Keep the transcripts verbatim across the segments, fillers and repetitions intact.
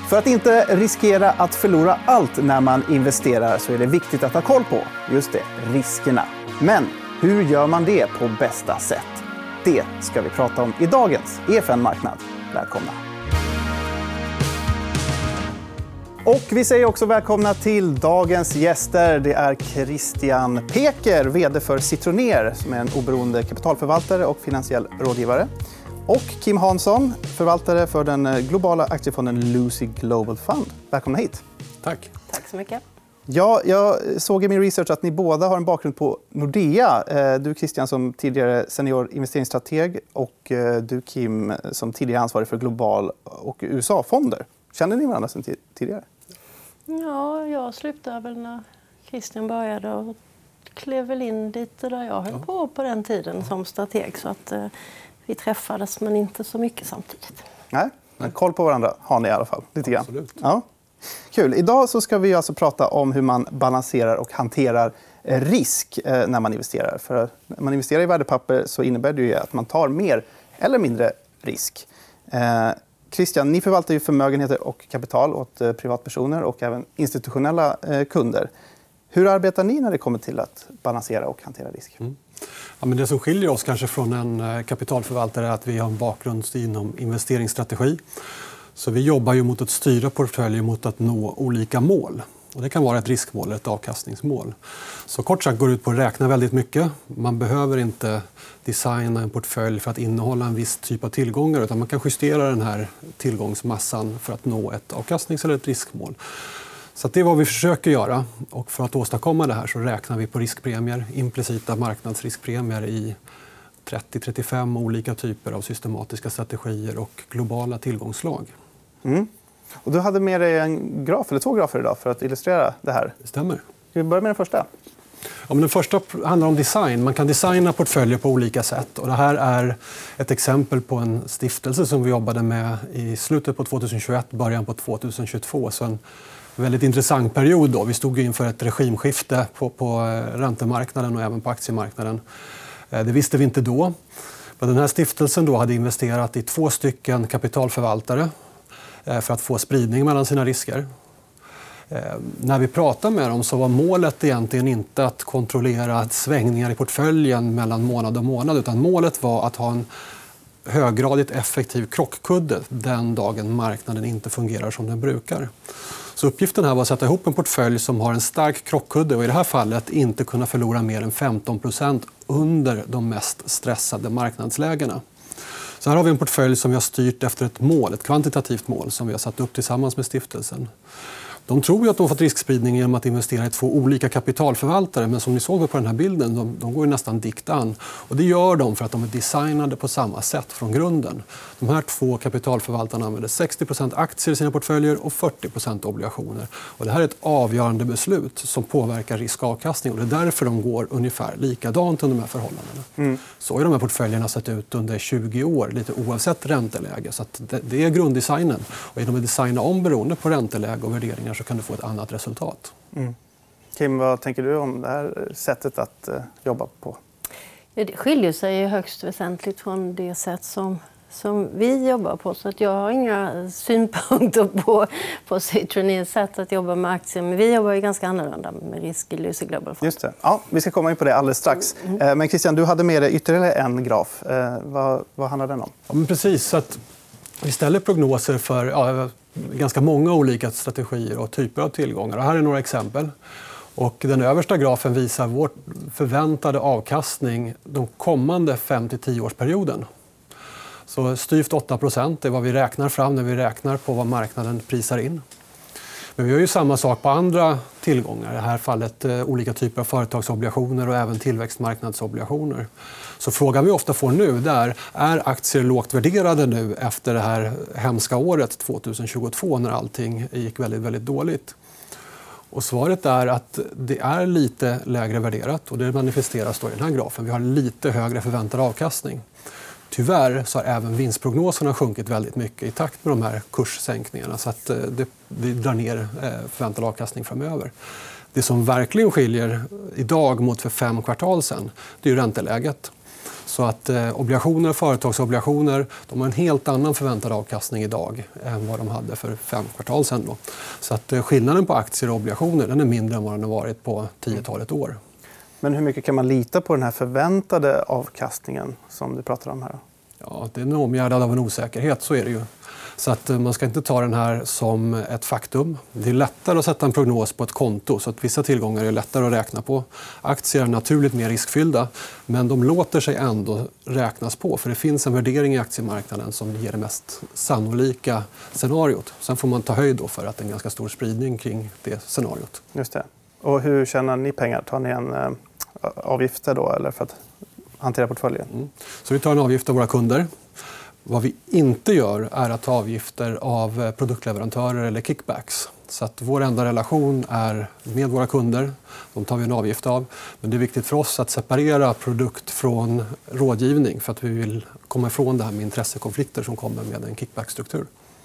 För att inte riskera att förlora allt när man investerar så är det viktigt att ha koll på, just det, riskerna. Men hur gör man det på bästa sätt? Det ska vi prata om i dagens E F N-marknad. Välkomna! Och vi säger också välkomna till dagens gäster. Det är Christian Peker, vd för Citroner, som är en oberoende kapitalförvaltare och finansiell rådgivare. Och Kim Hansson, förvaltare för den globala aktiefonden Lucy Global Fund. Välkomna hit. Tack. Tack så mycket. Ja, jag såg i min research att ni båda har en bakgrund på Nordea. Du Christian som tidigare senior investeringsstrateg och du Kim som tidigare ansvarig för global och U S A-fonder. Känner ni varandra sedan tidigare? Ja, jag slutade väl när Christian började och klev väl in lite där jag höll ja. på på den tiden som strateg. Så att eh, vi träffades men inte så mycket samtidigt. Nej, men koll på varandra har ni i alla fall. Lite grann. Absolut. Ja. Kul. Idag så ska vi alltså prata om hur man balanserar och hanterar risk när man investerar. För när man investerar i värdepapper så innebär det ju att man tar mer eller mindre risk. Eh, Christian, ni förvaltar ju förmögenheter och kapital åt privatpersoner och även institutionella kunder. Hur arbetar ni när det kommer till att balansera och hantera risk? Mm. Ja, men det som skiljer oss kanske från en kapitalförvaltare är att vi har en bakgrund inom investeringsstrategi. Så vi jobbar ju mot att styra portföljer mot att nå olika mål. Och det kan vara ett riskmål eller ett avkastningsmål. Så kort sagt går det ut på att räkna väldigt mycket. Man behöver inte designa en portfölj för att innehålla en viss typ av tillgångar utan man kan justera den här tillgångsmassan för att nå ett avkastnings- eller ett riskmål. Så det är vad vi försöker göra. Och för att åstadkomma det här så räknar vi på riskpremier, implicita marknadsriskpremier i trettio till trettiofem olika typer av systematiska strategier och globala tillgångslag. Mm. Och du hade med dig en graf, eller två grafer idag för att illustrera det här. Det stämmer. Ska vi börja med den första? Ja, men den första handlar om design. Man kan designa portföljer på olika sätt. Och det här är ett exempel på en stiftelse som vi jobbade med i slutet på tjugohundratjugoett, början på tjugohundratjugotvå. Så en väldigt intressant period. Då. Vi stod inför ett regimskifte på, på räntemarknaden och även på aktiemarknaden. Det visste vi inte då. Men den här stiftelsen då hade investerat i två stycken kapitalförvaltare för att få spridning mellan sina risker. När vi pratade med dem så var målet egentligen inte att kontrollera svängningar i portföljen mellan månad och månad utan målet var att ha en höggradigt effektiv krockkudde den dagen marknaden inte fungerar som den brukar. Så uppgiften här var att sätta ihop en portfölj som har en stark krockkudde och i det här fallet inte kunna förlora mer än femton procent under de mest stressade marknadslägena. Så här har vi en portfölj som vi har styrt efter ett mål, ett kvantitativt mål som vi har satt upp tillsammans med stiftelsen. De tror ju att de har fått riskspridning genom att investera i två olika kapitalförvaltare men som ni såg på den här bilden, de, de går ju nästan dikt an. Och det gör de för att de är designade på samma sätt från grunden. De här två kapitalförvaltarna använder sextio procent aktier i sina portföljer och fyrtio procent obligationer. Och det här är ett avgörande beslut som påverkar riskavkastning och det är därför de går ungefär likadant under de här förhållandena. Mm. Så har de här portföljerna sett ut under tjugo år, lite oavsett ränteläge. Så att det, det är grunddesignen. Och genom att designa om beroende på ränteläge och värderingar så kan du få ett annat resultat. Mm. Kim, vad tänker du om det här sättet att uh, jobba på? Det skiljer sig högst väsentligt från det sätt som, som vi jobbar på. Så att jag har inga synpunkter på, på Citroners sätt att jobba med aktier. Men vi jobbar ju ganska annorlunda med risk i Lucy Global Fund. Just det. Ja, vi ska komma in på det alldeles strax. Mm. Men Christian, du hade med dig ytterligare en graf. Uh, vad, vad handlar den om? Ja, men precis. Så att vi ställer prognoser för ja, ganska många olika strategier och typer av tillgångar. Och här är några exempel. Och den översta grafen visar vår förväntade avkastning de kommande fem till tio årsperioden. Så styvt åtta procent är vad vi räknar fram när vi räknar på vad marknaden prisar in. Men vi gör ju samma sak på andra tillgångar. I det här fallet eh, olika typer av företagsobligationer och även tillväxtmarknadsobligationer. Så frågan vi ofta får nu är, är aktier lågt värderade nu efter det här hemska året tjugohundratjugotvå när allting gick väldigt, väldigt dåligt? Och svaret är att det är lite lägre värderat och det manifesteras då i den här grafen. Vi har lite högre förväntad avkastning. Tyvärr så har även vinstprognoserna sjunkit väldigt mycket i takt med de här kurssänkningarna så att det, det drar ner förväntad avkastning framöver. Det som verkligen skiljer idag mot för fem kvartal sedan det är ju ränteläget. Så att eh, obligationer och företagsobligationer de har en helt annan förväntad avkastning idag än vad de hade för fem kvartal sedan. Då. Så att eh, skillnaden på aktier och obligationer den är mindre än vad den har varit på tiotalet år. Men hur mycket kan man lita på den här förväntade avkastningen som du pratar om här? Ja, det är omgärdad av en osäkerhet, så är det ju. Så att man ska inte ta den här som ett faktum. Det är lättare att sätta en prognos på ett konto. Så att vissa tillgångar är lättare att räkna på. Aktier är naturligt mer riskfyllda, men de låter sig ändå räknas på. För det finns en värdering i aktiemarknaden som ger det mest sannolika scenariot. Sen får man ta höjd då för att det är en ganska stor spridning kring det scenariot. Just det. Och hur tjänar ni pengar? Tar ni en eh, avgifter då, eller för att hantera portföljen? Mm. Så vi tar en avgift av våra kunder. Vad vi inte gör är att ta avgifter av produktleverantörer eller kickbacks. Så att vår enda relation är med våra kunder. De tar vi en avgift av. Men det är viktigt för oss att separera produkt från rådgivning för att vi vill komma ifrån det här med intressekonflikter som kommer med en kickbackstruktur.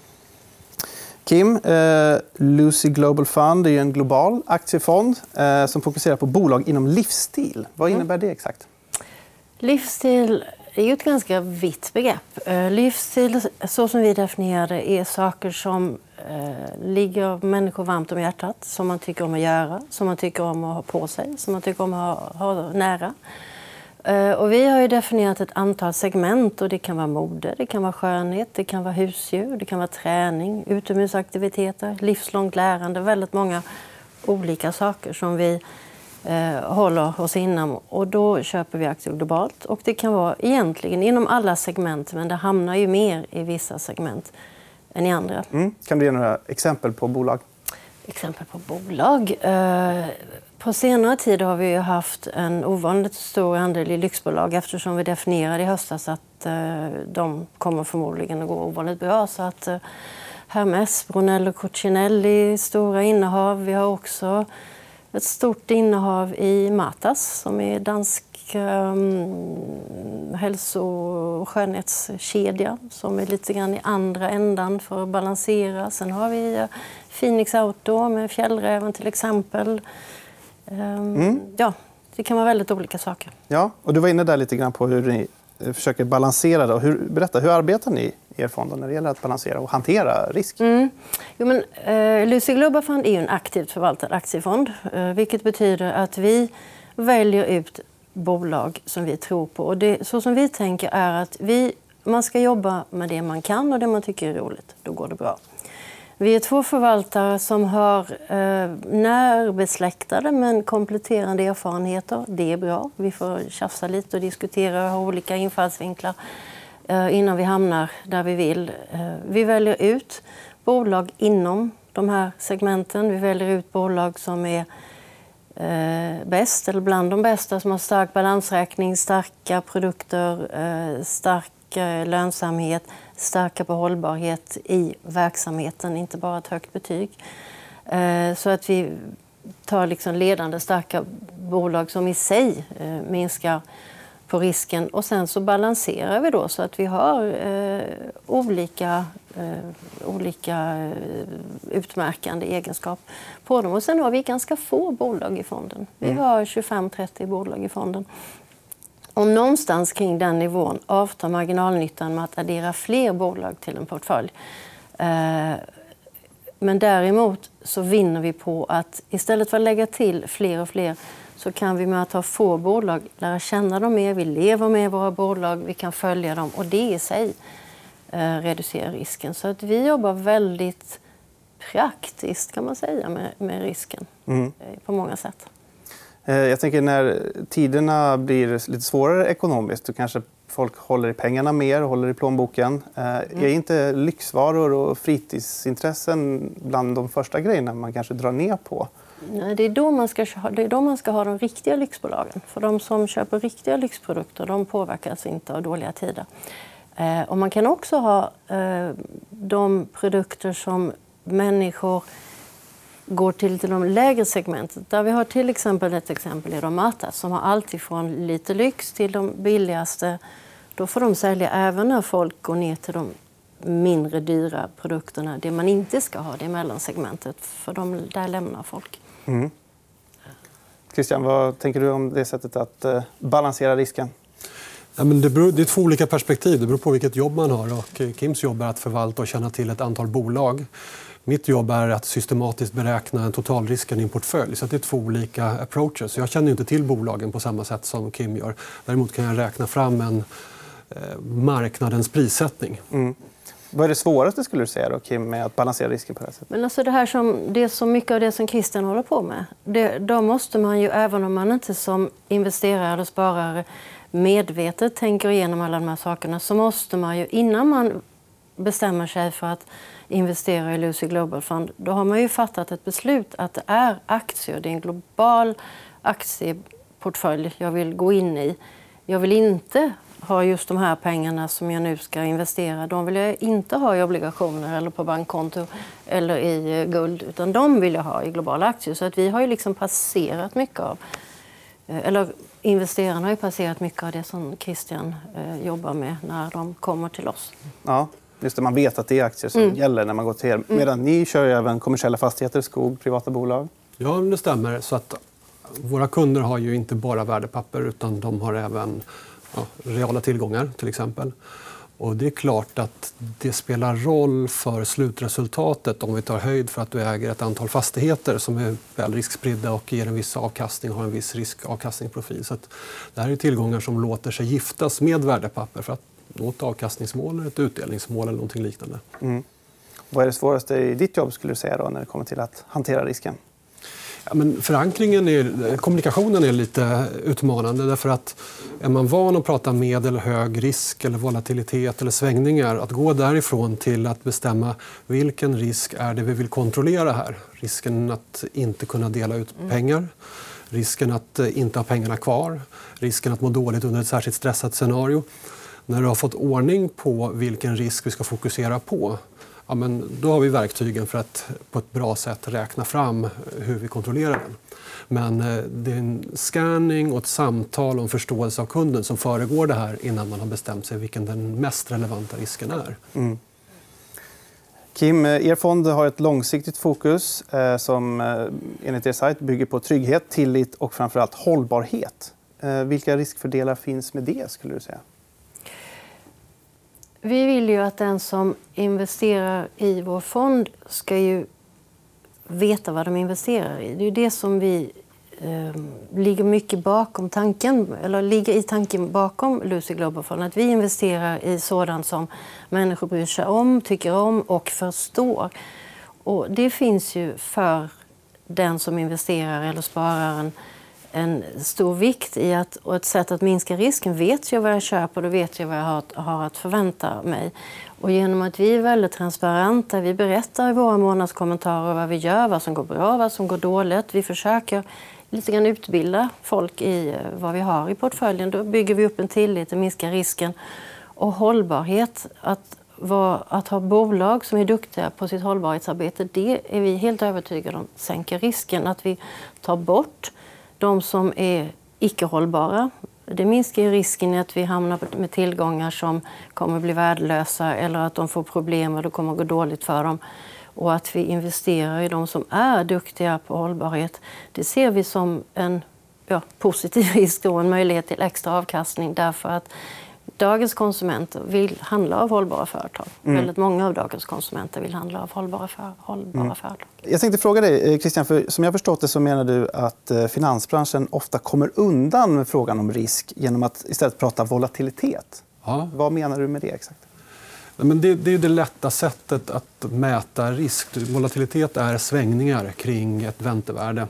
Kim, eh, Lucy Global Fund är ju en global aktiefond eh, som fokuserar på bolag inom livsstil. Vad innebär det exakt? Livsstil är ju ett ganska vitt begrepp. Livsstil, så som vi definierar det, är saker som eh, ligger människor varmt om hjärtat. Som man tycker om att göra, som man tycker om att ha på sig, som man tycker om att ha, ha nära. Eh, och vi har ju definierat ett antal segment. Och det kan vara mode, det kan vara skönhet, det kan vara husdjur, det kan vara träning, utomhusaktiviteter, livslångt lärande. Väldigt många olika saker som vi Eh, håller oss inom, och då köper vi aktier globalt. Och det kan vara egentligen inom alla segment, men det hamnar ju mer i vissa segment än i andra. Mm. Kan du ge några exempel på bolag? Exempel på bolag? Eh, på senare tid har vi ju haft en ovanligt stor andel i lyxbolag eftersom vi definierade i höstas att eh, de kommer förmodligen att gå ovanligt bra. Så att eh, Hermes, Brunello Cucinelli, stora innehav. Vi har också ett stort innehav i Matas som är dansk um, hälso- och skönhetskedja som är lite grann i andra ändan för att balansera. Sen har vi uh, Phoenix Outdoor med Fjällräven till exempel. Um, mm. Ja, det kan vara väldigt olika saker. Ja, och du var inne där lite grann på hur ni försöker balansera det. Hur, berätta, hur arbetar ni i er fond när det gäller att balansera och hantera risk? Mm. Jo, men, eh, Lucy Global Fund är ju en aktivt förvaltad aktiefond. Eh, vilket betyder att vi väljer ut bolag som vi tror på. Och det, så som vi tänker är att vi, man ska jobba med det man kan och det man tycker är roligt. Då går det bra. Vi är två förvaltare som har eh, närbesläktade men kompletterande erfarenheter. Det är bra. Vi får tjafsa lite och diskutera och ha olika infallsvinklar eh, innan vi hamnar där vi vill. Eh, vi väljer ut bolag inom de här segmenten. Vi väljer ut bolag som är eh, bäst eller bland de bästa, som har stark balansräkning, starka produkter, eh, stark eh, lönsamhet, starka på hållbarhet i verksamheten, inte bara ett högt betyg. Eh, så att vi tar liksom ledande starka bolag som i sig eh, minskar på risken, och sen så balanserar vi då så att vi har eh, olika, eh, olika eh, utmärkande egenskap på dem. Och sen har vi ganska få bolag i fonden. Vi har tjugofem till trettio bolag i fonden. Och någonstans kring den nivån avtar marginalnyttan med att addera fler bolag till en portfölj. Eh, men däremot så vinner vi på att istället för att lägga till fler och fler så kan vi med att ha få bolag lära känna dem mer. Vi lever med våra bolag, vi kan följa dem, och det i sig eh, reducerar risken. Så att vi jobbar väldigt praktiskt kan man säga med, med risken mm. eh, på många sätt. Jag tänker när tiderna blir lite svårare ekonomiskt, då kanske folk håller i pengarna mer och håller i plånboken. Mm. Är inte lyxvaror och fritidsintressen bland de första grejerna man kanske drar ner på? Nej, det är då man ska, det är då man ska ha de riktiga lyxbolagen. För de som köper riktiga lyxprodukter, de påverkas inte av dåliga tider. Och man kan också ha de produkter som människor går till, till de lägre segmentet. Där vi har till exempel ett exempel i de Matas som har allt ifrån lite lyx till de billigaste. Då får de sälja även när folk går ner till de mindre dyra produkterna. Det man inte ska ha, det är mellansegmentet. För de, där lämnar folk. Mm. Christian, vad tänker du om det sättet att eh, balansera risken? Ja, men det, beror, det är två olika perspektiv. Det beror på vilket jobb man har. Och Kims jobb är att förvalta och känna till ett antal bolag. Mitt jobb är att systematiskt beräkna totalrisken i en portfölj. Så det är två olika approaches. Jag känner inte till bolagen på samma sätt som Kim gör. Däremot kan jag räkna fram en eh, marknadens prissättning. Mm. Vad är det svåraste skulle du säga då, Kim, med att balansera risken på det här sättet? Men alltså det, här som, det är så mycket av det som Christian håller på med. Det, då måste man ju, även om man inte som investerare eller sparare medvetet tänker igenom alla de här sakerna, så måste man ju innan man bestämmer sig för att investera i Lucy Global Fund, då har man ju fattat ett beslut att det är aktier. Det är en global aktieportfölj jag vill gå in i. Jag vill inte ha just de här pengarna som jag nu ska investera. De vill jag inte ha i obligationer eller på bankkonto eller i guld, utan de vill jag ha i globala aktier. Så att vi har ju liksom passerat mycket av, eller investerarna har ju passerat mycket av det som Christian eh, jobbar med när de kommer till oss. Ja, just det. Man vet att det är aktier som mm. gäller när man går till er. Medan mm. ni kör ju även kommersiella fastigheter, skog, privata bolag. Ja, det stämmer. Så att våra kunder har ju inte bara värdepapper utan de har även ja, reala tillgångar till exempel. Och det är klart att det spelar roll för slutresultatet om vi tar höjd för att du äger ett antal fastigheter som är väl riskspridda och ger en viss avkastning och har en viss riskavkastningsprofil. Så att det här är tillgångar som låter sig giftas med värdepapper för att nå ett avkastningsmål eller ett utdelningsmål eller någonting liknande. Mm. Vad är det svåraste i ditt jobb skulle du säga då, när det kommer till att hantera risken? Ja, men förankringen är, kommunikationen är lite utmanande därför att är man van att prata med eller hög risk eller volatilitet eller svängningar, att gå därifrån till att bestämma vilken risk är det vi vill kontrollera här. Risken att inte kunna dela ut pengar, risken att inte ha pengarna kvar, risken att må dåligt under ett särskilt stressat scenario. När du har fått ordning på vilken risk vi ska fokusera på, ja, men då har vi verktygen för att på ett bra sätt räkna fram hur vi kontrollerar den. Men det är en scanning och ett samtal om förståelse av kunden som föregår det här innan man har bestämt sig vilken den mest relevanta risken är. Mm. Kim, er fond har ett långsiktigt fokus eh, som eh, enligt er sajt bygger på trygghet, tillit och framförallt hållbarhet. Eh, vilka riskfördelar finns med det skulle du säga? Vi vill ju att den som investerar i vår fond ska ju veta vad de investerar i. Det är ju det som vi eh, ligger mycket bakom tanken, eller ligger i tanken bakom Lucy Global Fund. Att vi investerar i sådant som människor bryr sig om, tycker om och förstår. Och det finns ju för den som investerar eller sparar en stor vikt i att, och ett sätt att minska risken. Vet jag vad jag köper, då vet jag vad jag har, har att förvänta mig. Och genom att vi är väldigt transparenta, vi berättar i våra månadskommentarer vad vi gör, vad som går bra, vad som går dåligt. Vi försöker lite grann utbilda folk i vad vi har i portföljen. Då bygger vi upp en tillit och minskar risken. Och hållbarhet, att, vara, att ha bolag som är duktiga på sitt hållbarhetsarbete, det är vi helt övertygade om sänker risken. Att vi tar bort de som är icke-hållbara. Det minskar risken i att vi hamnar med tillgångar som kommer att bli värdelösa eller att de får problem och det kommer att gå dåligt för dem. Och att vi investerar i de som är duktiga på hållbarhet, det ser vi som en ja, positiv risk och en möjlighet till extra avkastning därför att dagens konsumenter vill handla av hållbara företag. Mm. Väldigt många av dagens konsumenter vill handla av hållbara, för, hållbara mm. företag. Jag tänkte fråga dig, Christian, för som jag förstått det så menar du att finansbranschen ofta kommer undan med frågan om risk genom att istället prata volatilitet. Ja. Vad menar du med det exakt? Men det, det är det lätta sättet att mäta risk. Volatilitet är svängningar kring ett väntevärde.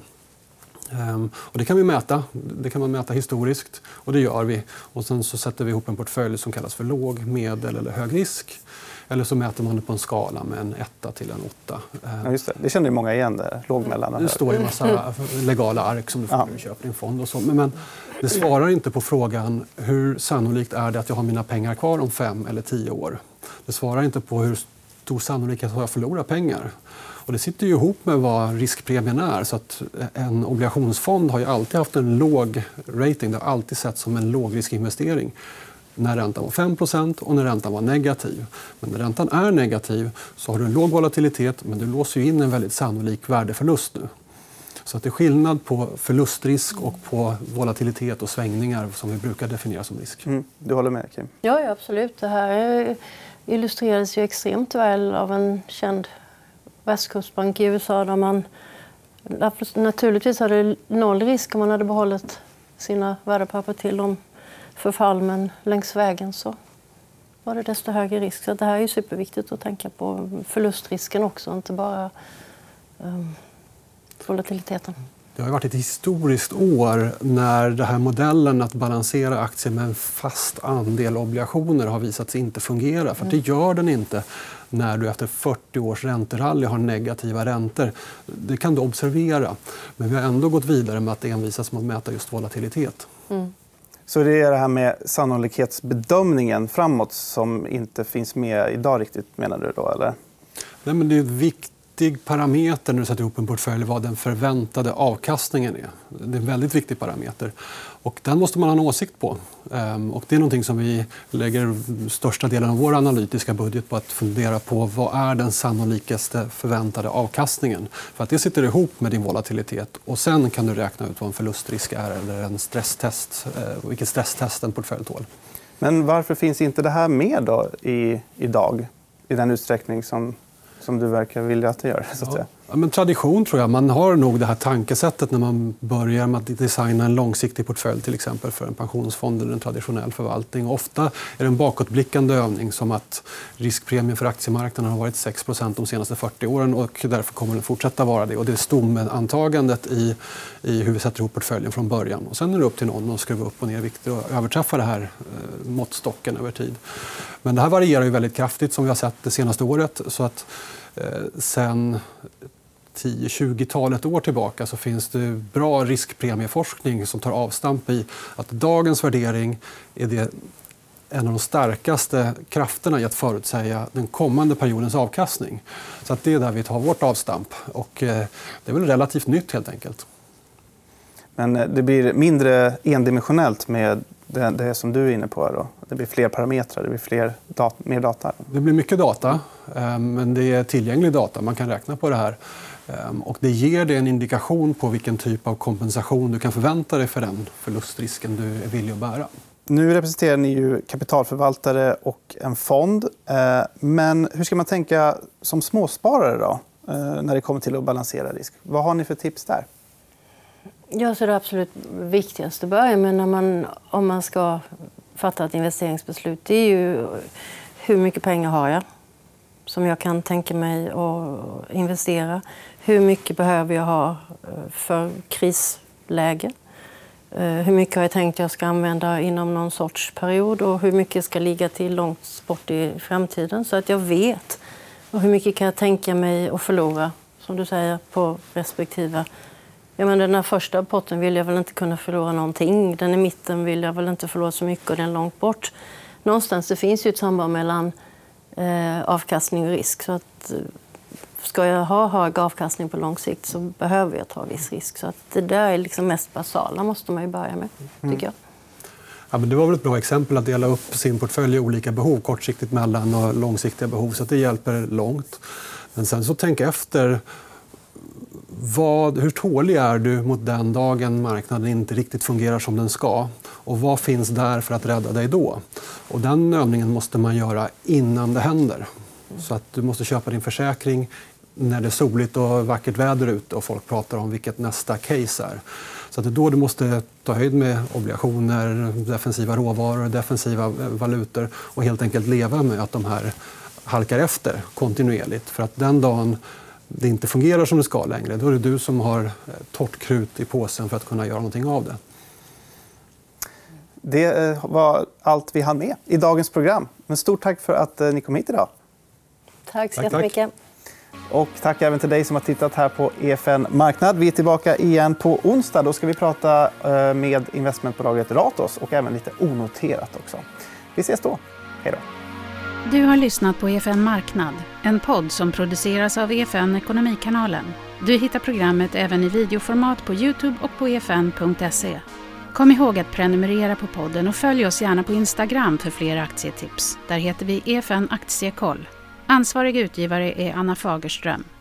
Um, och det kan vi mäta. Det kan man mäta historiskt och det gör vi. Och sen så sätter vi ihop en portfölj som kallas för låg, medel eller hög risk. Eller så mäter man det på en skala med en etta till en åtta. Ja, just det. Det känner ju många igen, där. Låg, mellan och hög. Det står i en massa legala ark som du får ja. köpa din fond och så. Men, men det svarar inte på frågan hur sannolikt är det att jag har mina pengar kvar om fem eller tio år. Det svarar inte på hur stor sannolikhet har jag förlorat pengar. Och det sitter ju ihop med vad riskpremien är. Så att en obligationsfond har ju alltid haft en låg rating. Det har alltid sett som en lågriskinvestering när räntan var fem procent och när räntan var negativ. Men när räntan är negativ så har du en låg volatilitet men du låser in en väldigt sannolik värdeförlust nu. Så att det är skillnad på förlustrisk och på volatilitet och svängningar som vi brukar definiera som risk. Mm. Du håller med, Kim? Ja, ja, absolut. Det här illustrerades ju extremt väl av en känd västkustbank i U S A där man naturligtvis hade noll risk om man hade behållit sina värdepapper till dem förfall, men längs vägen så var det desto högre risk. Så det här är ju superviktigt att tänka på förlustrisken också, inte bara um, volatiliteten. Det har varit ett historiskt år när den här modellen att balansera aktier med en fast andel obligationer har visat sig inte fungera. För det gör den inte när du efter fyrtio års ränterally har negativa räntor. Det kan du observera. Men vi har ändå gått vidare med att envisas med att mäta just volatilitet. Mm. Så det är det här med sannolikhetsbedömningen framåt som inte finns med idag riktigt, menar du då, eller? Nej, men det är en viktig parameter när du sätter ihop en portfölj vad den förväntade avkastningen är. Det är en väldigt viktig parameter. Och den måste man ha en åsikt på. Och det är någonting som vi lägger största delen av vår analytiska budget på att fundera på. Vad är den sannolikaste förväntade avkastningen? För att det sitter ihop med din volatilitet. Och sen kan du räkna ut vad en förlustrisk är eller en stresstest, vilket stresstest en portfölj tål. Men varför finns inte det här med då i, idag i den utsträckning som, som du verkar vilja att det gör? Så att säga? Ja, men tradition tror jag. Man har nog det här tankesättet när man börjar med att designa en långsiktig portfölj till exempel för en pensionsfond eller en traditionell förvaltning. Ofta är det en bakåtblickande övning som att riskpremien för aktiemarknaden har varit sex procent de senaste fyrtio åren och därför kommer den fortsätta vara det. Och det är stommeantagandet i, i hur vi sätter ihop portföljen från början. Och sen är det upp till någon att skruva upp och ner vikter och överträffa det här eh, måttstocken över tid. Men det här varierar ju väldigt kraftigt som vi har sett det senaste året. Så att eh, sen tio tjugo-talet år tillbaka så finns det bra riskpremieforskning som tar avstamp i att dagens värdering är det en av de starkaste krafterna i att förutsäga den kommande periodens avkastning. Så att det är där vi tar vårt avstamp. Och det är väl relativt nytt helt enkelt. Men det blir mindre endimensionellt med det, det som du är inne på. Då. Det blir fler parametrar, det blir fler dat- mer data. Det blir mycket data, men det är tillgänglig data. Man kan räkna på det här. Och det ger dig en indikation på vilken typ av kompensation du kan förvänta dig för den förlustrisken du är villig att bära. Nu representerar ni ju kapitalförvaltare och en fond. Men hur ska man tänka som småsparare då, när det kommer till att balansera risk? Vad har ni för tips där? Ja, så det absolut viktigaste börjar med när man, om man ska fatta ett investeringsbeslut, det är ju hur mycket pengar har jag som jag kan tänka mig att investera. Hur mycket behöver jag ha för krisläge? Hur mycket har jag tänkt att jag ska använda inom någon sorts period och hur mycket ska ligga till långt bort i framtiden så att jag vet. Och hur mycket kan jag tänka mig att förlora, som du säger, på respektive. Ja, men den här första potten vill jag väl inte kunna förlora någonting. Den i mitten vill jag väl inte förlora så mycket och den långt bort. Någonstans det finns ju ett samband mellan eh, avkastning och risk. Så att, ska jag ha hög avkastning på lång sikt så behöver jag ta viss risk. Så att det där är liksom mest basala, måste man ju börja med, tycker jag. Ja, men det var väl ett bra exempel att dela upp sin portfölj i olika behov, kortsiktigt mellan och långsiktiga behov, så att det hjälper långt. Men sen så tänk efter, vad, hur tålig är du mot den dagen marknaden inte riktigt fungerar som den ska? Och vad finns där för att rädda dig då? Och den övningen måste man göra innan det händer. Så att du måste köpa din försäkring när det är soligt och vackert väder ute och folk pratar om vilket nästa case är. Så att det är då du måste ta höjd med obligationer, defensiva råvaror, defensiva valutor och helt enkelt leva med att de här halkar efter kontinuerligt. För att den dagen det inte fungerar som det ska längre, då är det du som har torrt krut i påsen för att kunna göra någonting av det. Det var allt vi hann med i dagens program. Men stort tack för att ni kom hit idag. Tack så tack, jättemycket. Och tack även till dig som har tittat här på E F N Marknad. Vi är tillbaka igen på onsdag. Då ska vi prata med investmentbolaget Ratos och även lite onoterat också. Vi ses då. Hej då. Du har lyssnat på E F N Marknad, en podd som produceras av E F N Ekonomikanalen. Du hittar programmet även i videoformat på YouTube och på e f n punkt se. Kom ihåg att prenumerera på podden och följ oss gärna på Instagram för fler aktietips. Där heter vi E F N Aktiekoll. Ansvarig utgivare är Anna Fagerström.